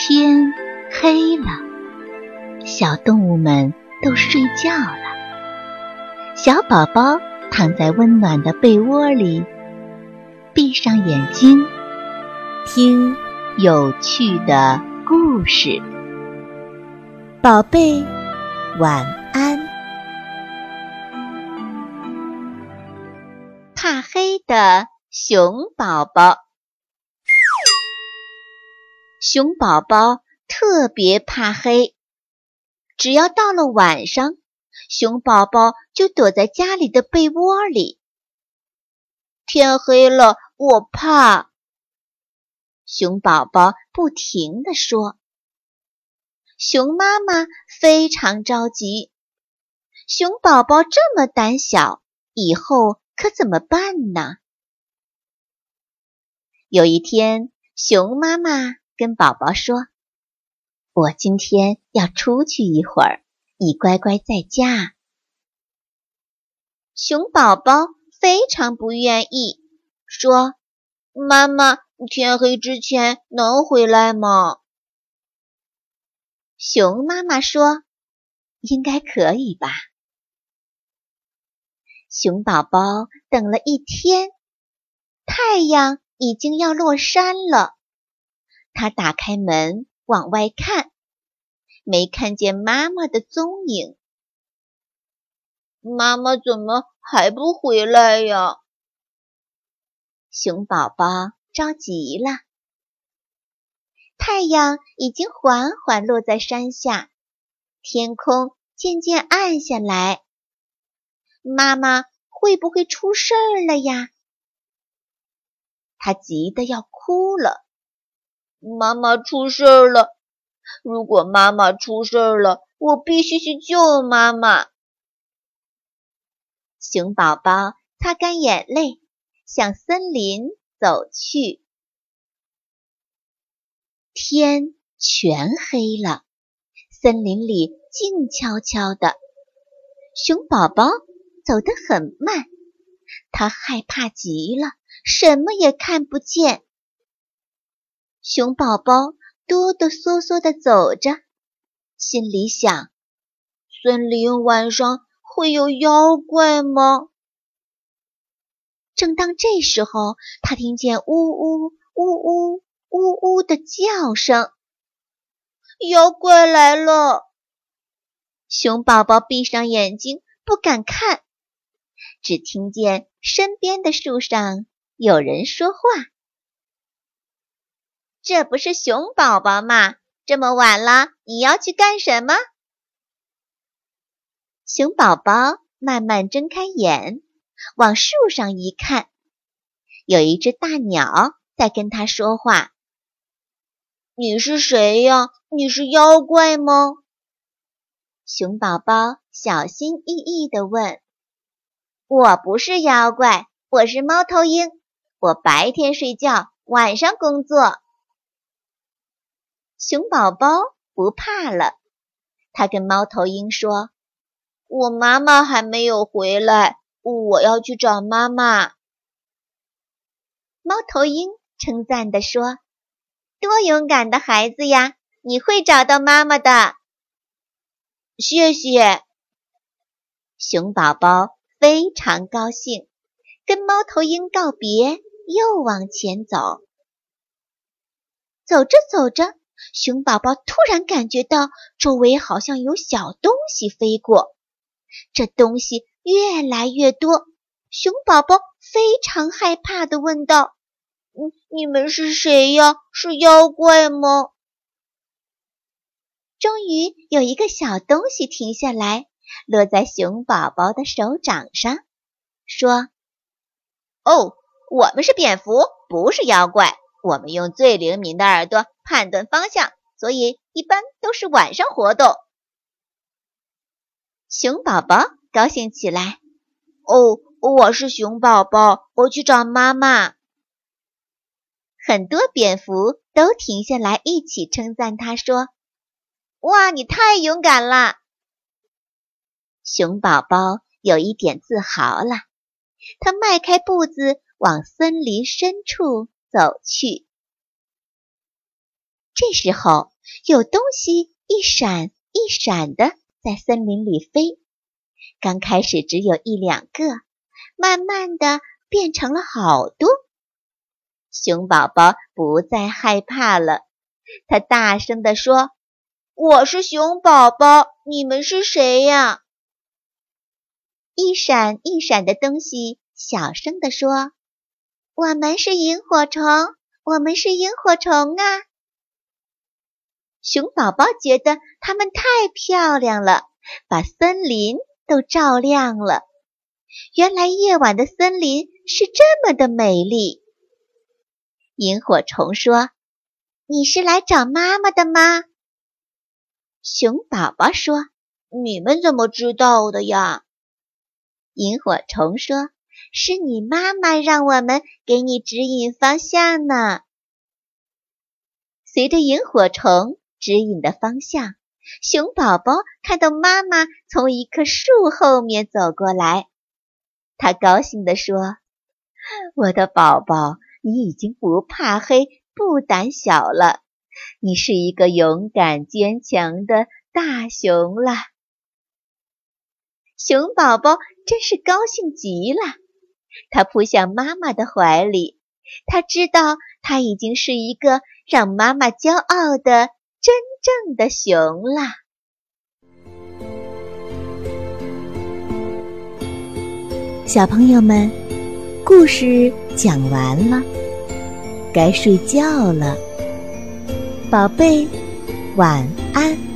天黑了，小动物们都睡觉了。小宝宝躺在温暖的被窝里，闭上眼睛，听有趣的故事。宝贝，晚安。怕黑的熊宝宝。熊宝宝特别怕黑，只要到了晚上，熊宝宝就躲在家里的被窝里。天黑了，我怕。熊宝宝不停地说。熊妈妈非常着急，熊宝宝这么胆小，以后可怎么办呢？有一天，熊妈妈跟宝宝说，我今天要出去一会儿，你乖乖在家。熊宝宝非常不愿意，说，妈妈，天黑之前能回来吗？熊妈妈说，应该可以吧。熊宝宝等了一天，太阳已经要落山了。他打开门往外看，没看见妈妈的踪影。妈妈怎么还不回来呀？熊宝宝着急了。太阳已经缓缓落在山下，天空渐渐暗下来。妈妈会不会出事儿了呀？他急得要哭了。妈妈出事儿了！如果妈妈出事儿了，我必须去救妈妈。熊宝宝擦干眼泪，向森林走去。天全黑了，森林里静悄悄的。熊宝宝走得很慢，他害怕极了，什么也看不见。熊宝宝哆哆嗦嗦地走着，心里想，森林晚上会有妖怪吗？正当这时候，他听见呜呜呜呜呜呜的叫声，妖怪来了！熊宝宝闭上眼睛，不敢看，只听见身边的树上有人说话。这不是熊宝宝吗？这么晚了，你要去干什么？熊宝宝慢慢睁开眼，往树上一看，有一只大鸟在跟他说话。你是谁呀？你是妖怪吗？熊宝宝小心翼翼地问。我不是妖怪，我是猫头鹰，我白天睡觉，晚上工作。熊宝宝不怕了，他跟猫头鹰说，我妈妈还没有回来，我要去找妈妈。猫头鹰称赞地说，多勇敢的孩子呀，你会找到妈妈的。谢谢。熊宝宝非常高兴，跟猫头鹰告别，又往前走。走着走着，熊宝宝突然感觉到周围好像有小东西飞过，这东西越来越多，熊宝宝非常害怕地问道，你们是谁呀？是妖怪吗？终于有一个小东西停下来，落在熊宝宝的手掌上，说，哦，我们是蝙蝠，不是妖怪，我们用最灵敏的耳朵判断方向，所以一般都是晚上活动。熊宝宝高兴起来，哦，我是熊宝宝，我去找妈妈。很多蝙蝠都停下来一起称赞他，说，哇，你太勇敢了！熊宝宝有一点自豪了，他迈开步子往森林深处走去。 这时候，有东西一闪一闪的在森林里飞，刚开始只有一两个，慢慢的变成了好多。熊宝宝不再害怕了，他大声地说：“我是熊宝宝，你们是谁呀？”一闪一闪的东西小声地说：“我们是萤火虫，我们是萤火虫啊！”熊宝宝觉得它们太漂亮了，把森林都照亮了。原来夜晚的森林是这么的美丽。萤火虫说：“你是来找妈妈的吗？”熊宝宝说：“你们怎么知道的呀？”萤火虫说：“是你妈妈让我们给你指引方向呢。”随着萤火虫指引的方向，熊宝宝看到妈妈从一棵树后面走过来。他高兴地说：“我的宝宝，你已经不怕黑，不胆小了，你是一个勇敢坚强的大熊了。”熊宝宝真是高兴极了，他扑向妈妈的怀里。他知道他已经是一个让妈妈骄傲的真正的熊了。 小朋友们，故事讲完了，该睡觉了，宝贝，晚安。